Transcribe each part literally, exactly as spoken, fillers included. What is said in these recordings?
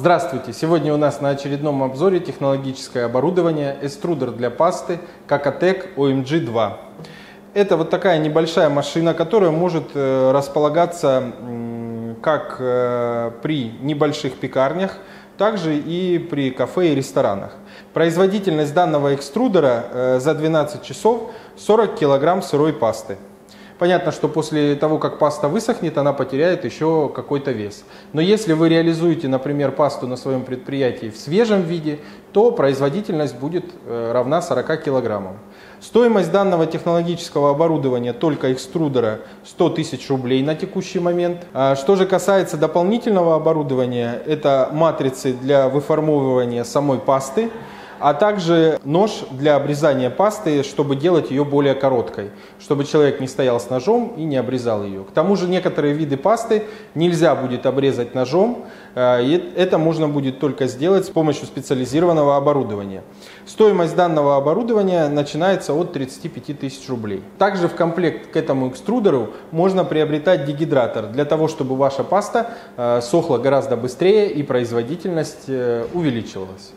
Здравствуйте! Сегодня у нас на очередном обзоре технологическое оборудование экструдер для пасты Kakatec о эм джи два. Это вот такая небольшая машина, которая может располагаться как при небольших пекарнях, также и при кафе и ресторанах. Производительность данного экструдера за двенадцать часов сорок килограмм сырой пасты. Понятно, что после того, как паста высохнет, она потеряет еще какой-то вес. Но если вы реализуете, например, пасту на своем предприятии в свежем виде, то производительность будет равна сорока килограммам. Стоимость данного технологического оборудования только экструдера сто тысяч рублей на текущий момент. Что же касается дополнительного оборудования, это матрицы для выформовывания самой пасты, а также нож для обрезания пасты, чтобы делать ее более короткой, чтобы человек не стоял с ножом и не обрезал ее. К тому же некоторые виды пасты нельзя будет обрезать ножом, и это можно будет только сделать с помощью специализированного оборудования. Стоимость данного оборудования начинается от тридцати пяти тысяч рублей. Также в комплект к этому экструдеру можно приобретать дегидратор, для того, чтобы ваша паста сохла гораздо быстрее и производительность увеличивалась.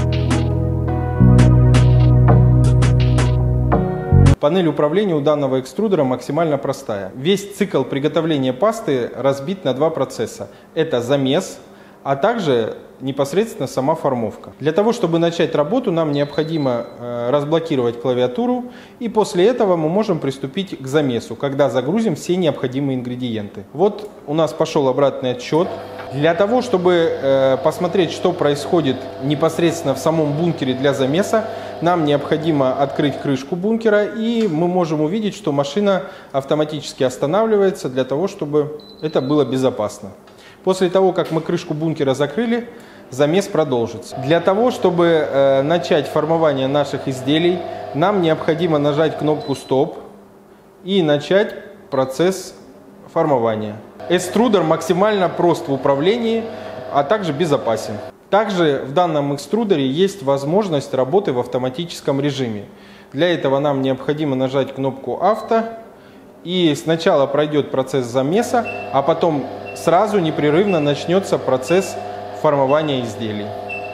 Панель управления у данного экструдера максимально простая. Весь цикл приготовления пасты разбит на два процесса. Это замес, а также непосредственно сама формовка. Для того, чтобы начать работу, нам необходимо э, разблокировать клавиатуру, и после этого мы можем приступить к замесу, когда загрузим все необходимые ингредиенты. Вот у нас пошел обратный отсчет. Для того, чтобы э, посмотреть, что происходит непосредственно в самом бункере для замеса, нам необходимо открыть крышку бункера, и мы можем увидеть, что машина автоматически останавливается для того, чтобы это было безопасно. После того, как мы крышку бункера закрыли, замес продолжится. Для того, чтобы э, начать формование наших изделий, нам необходимо нажать кнопку «Стоп» и начать процесс формования. Экструдер максимально прост в управлении, а также безопасен. Также в данном экструдере есть возможность работы в автоматическом режиме. Для этого нам необходимо нажать кнопку «Авто», и сначала пройдет процесс замеса, а потом сразу непрерывно начнется процесс формования изделий.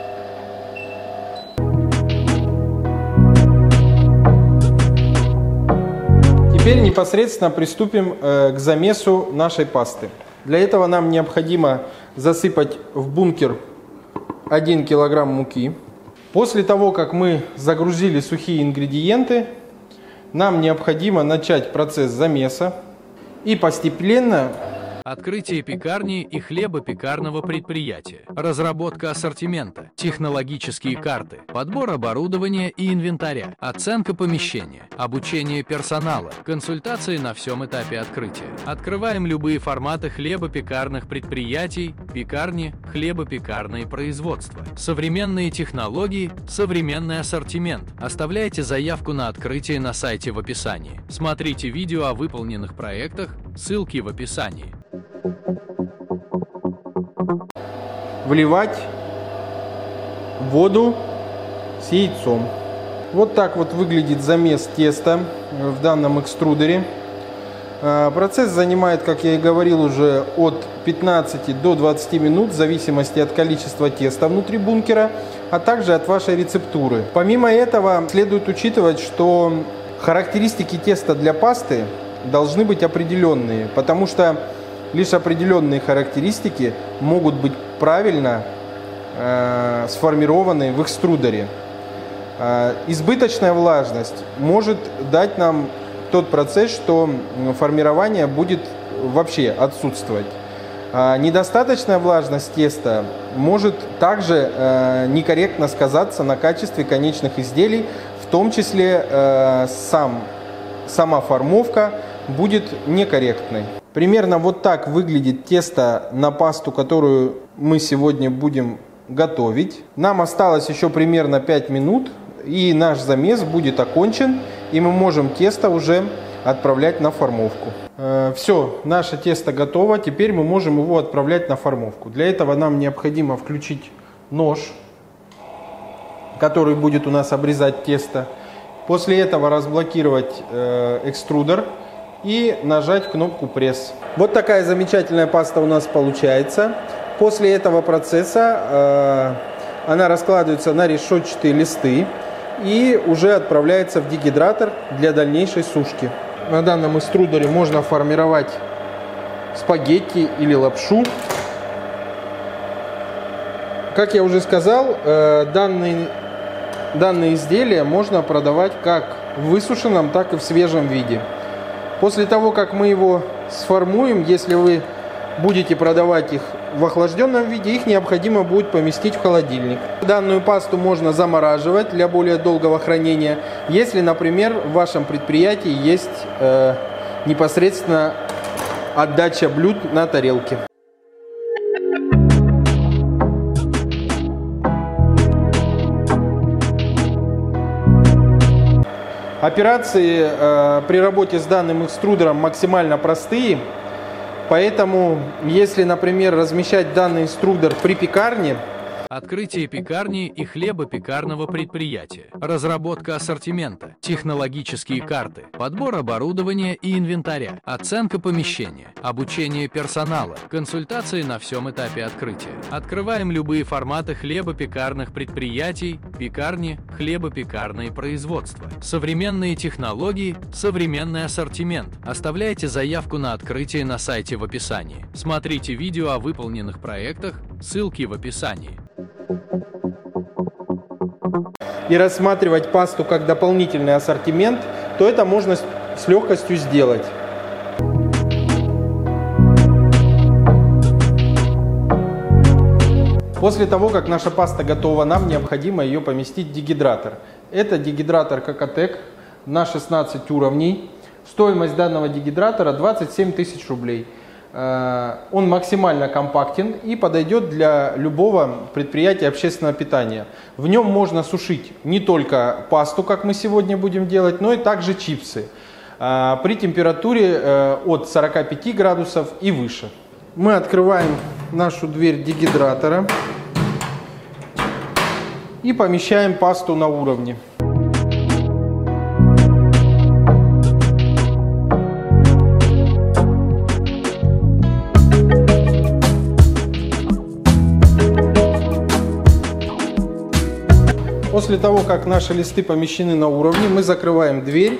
Теперь непосредственно приступим к замесу нашей пасты. Для этого нам необходимо засыпать в бункер один килограмм муки. После того, как мы загрузили сухие ингредиенты, нам необходимо начать процесс замеса и постепенно открытие пекарни и хлебопекарного предприятия, разработка ассортимента, технологические карты, подбор оборудования и инвентаря, оценка помещения, обучение персонала, консультации на всем этапе открытия. Открываем любые форматы хлебопекарных предприятий, пекарни, хлебопекарные производства. Современные технологии, современный ассортимент. Оставляйте заявку на открытие на сайте в описании. Смотрите видео о выполненных проектах, ссылки в описании. Вливать воду с яйцом. Вот так вот выглядит замес теста в данном экструдере. Процесс занимает, как я и говорил, уже от пятнадцати до двадцати минут, в зависимости от количества теста внутри бункера, а также от вашей рецептуры. Помимо этого, следует учитывать, что характеристики теста для пасты должны быть определенные, потому что лишь определенные характеристики могут быть правильно э, сформированы в экструдере. Э, избыточная влажность может дать нам тот процесс, что формирование будет вообще отсутствовать. Э, недостаточная влажность теста может также э, некорректно сказаться на качестве конечных изделий, в том числе э, сам, сама формовка будет некорректной. Примерно вот так выглядит тесто на пасту, которую мы сегодня будем готовить. Нам осталось еще примерно пять минут, и наш замес будет окончен, и мы можем тесто уже отправлять на формовку. Все, наше тесто готово, теперь мы можем его отправлять на формовку. Для этого нам необходимо включить нож, который будет у нас обрезать тесто. После этого разблокировать экструдер и нажать кнопку пресс. Вот такая замечательная паста у нас получается. После этого процесса э, она раскладывается на решетчатые листы и уже отправляется в дегидратор для дальнейшей сушки. На данном экструдере можно формировать спагетти или лапшу. Как я уже сказал, э, данные, данные изделия можно продавать как в высушенном, так и в свежем виде. После того, как мы его сформуем, если вы будете продавать их в охлажденном виде, их необходимо будет поместить в холодильник. Данную пасту можно замораживать для более долгого хранения, если, например, в вашем предприятии есть э, непосредственно отдача блюд на тарелке. Операции э, при работе с данным экструдером максимально простые, поэтому если, например, размещать данный экструдер при пекарне, Открытие пекарни и хлебопекарного предприятия, разработка ассортимента, технологические карты, подбор оборудования и инвентаря, оценка помещения, обучение персонала, консультации на всем этапе открытия. Открываем любые форматы хлебопекарных предприятий, пекарни, хлебопекарные производства. Современные технологии, современный ассортимент. Оставляйте заявку на открытие на сайте в описании. Смотрите видео о выполненных проектах, ссылки в описании. И рассматривать пасту как дополнительный ассортимент, то это можно с легкостью сделать. После того, как наша паста готова, нам необходимо ее поместить в дегидратор. Это дегидратор Какотек на шестнадцать уровней. Стоимость данного дегидратора двадцать семь тысяч рублей. Он максимально компактен и подойдет для любого предприятия общественного питания. В нем можно сушить не только пасту, как мы сегодня будем делать, но и также чипсы при температуре от сорока пяти градусов и выше. Мы открываем нашу дверь дегидратора и помещаем пасту на уровне. После того, как наши листы помещены на уровне, мы закрываем дверь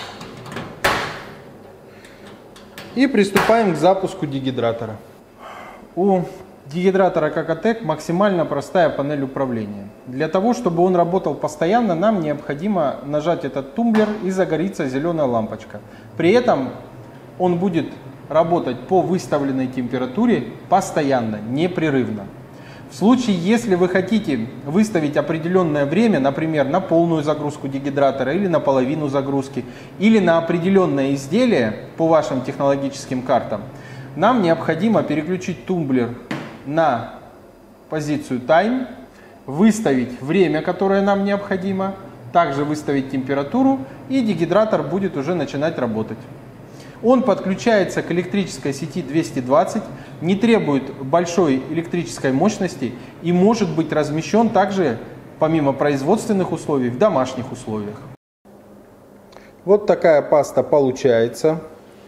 и приступаем к запуску дегидратора. У дегидратора Какотек максимально простая панель управления. Для того, чтобы он работал постоянно, нам необходимо нажать этот тумблер и загорится зеленая лампочка. При этом он будет работать по выставленной температуре постоянно, непрерывно. В случае, если вы хотите выставить определенное время, например, на полную загрузку дегидратора или на половину загрузки, или на определенное изделие по вашим технологическим картам, нам необходимо переключить тумблер на позицию Time, выставить время, которое нам необходимо, также выставить температуру, и дегидратор будет уже начинать работать. Он подключается к электрической сети двести двадцать, не требует большой электрической мощности и может быть размещен также, помимо производственных условий, в домашних условиях. Вот такая паста получается.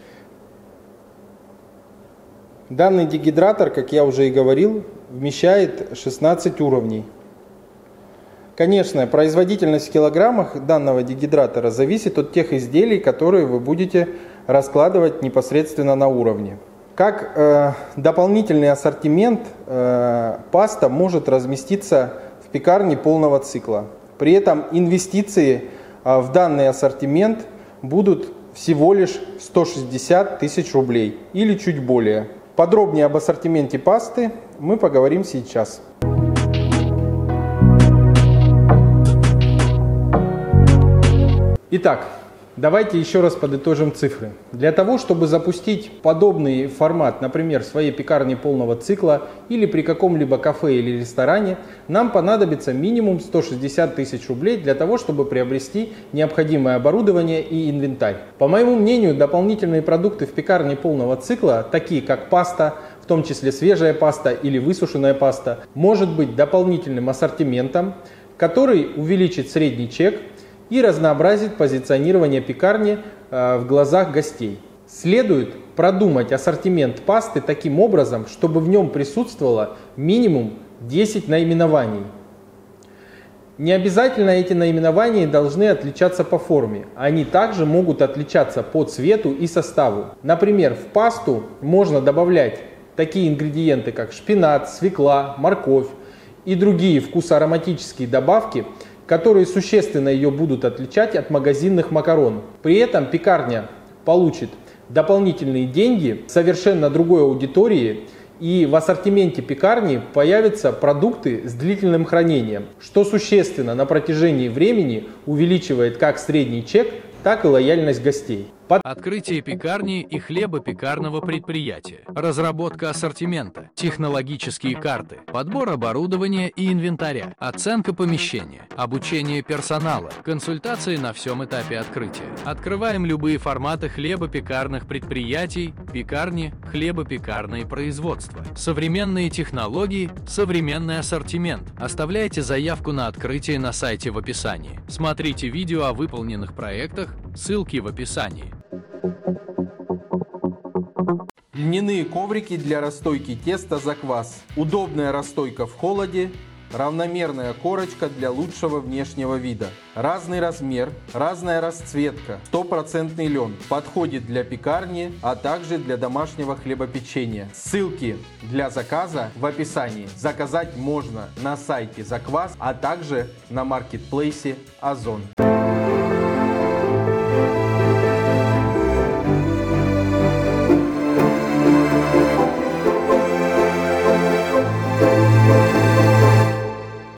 Данный дегидратор, как я уже и говорил, вмещает шестнадцать уровней. Конечно, производительность в килограммах данного дегидратора зависит от тех изделий, которые вы будете раскладывать непосредственно на уровне. Как э, дополнительный ассортимент, э, паста может разместиться в пекарне полного цикла. При этом инвестиции э, в данный ассортимент будут всего лишь сто шестьдесят тысяч рублей или чуть более. Подробнее об ассортименте пасты мы поговорим сейчас. Итак, давайте еще раз подытожим цифры. Для того, чтобы запустить подобный формат, например, в своей пекарне полного цикла или при каком-либо кафе или ресторане, нам понадобится минимум сто шестьдесят тысяч рублей для того, чтобы приобрести необходимое оборудование и инвентарь. По моему мнению, дополнительные продукты в пекарне полного цикла, такие как паста, в том числе свежая паста или высушенная паста, может быть дополнительным ассортиментом, который увеличит средний чек и разнообразит позиционирование пекарни в глазах гостей. Следует продумать ассортимент пасты таким образом, чтобы в нем присутствовало минимум десять наименований. Не обязательно эти наименования должны отличаться по форме. Они также могут отличаться по цвету и составу. Например, в пасту можно добавлять такие ингредиенты, как шпинат, свекла, морковь и другие вкусоароматические добавки, которые существенно ее будут отличать от магазинных макарон. При этом пекарня получит дополнительные деньги совершенно другой аудитории, и в ассортименте пекарни появятся продукты с длительным хранением, что существенно на протяжении времени увеличивает как средний чек, так и лояльность гостей. Под... Открытие пекарни и хлебопекарного предприятия, разработка ассортимента, технологические карты, подбор оборудования и инвентаря, оценка помещения, обучение персонала, консультации на всем этапе открытия. Открываем любые форматы хлебопекарных предприятий, пекарни, хлебопекарные производства. Современные технологии, современный ассортимент. Оставляйте заявку на открытие на сайте в описании. Смотрите видео о выполненных проектах, ссылки в описании. Льняные коврики для расстойки теста за квас. Удобная расстойка в холоде. Равномерная корочка для лучшего внешнего вида. Разный размер, разная расцветка. Стопроцентный лен. Подходит для пекарни, а также для домашнего хлебопечения. Ссылки для заказа в описании. Заказать можно на сайте Заквас, а также на маркетплейсе Озон.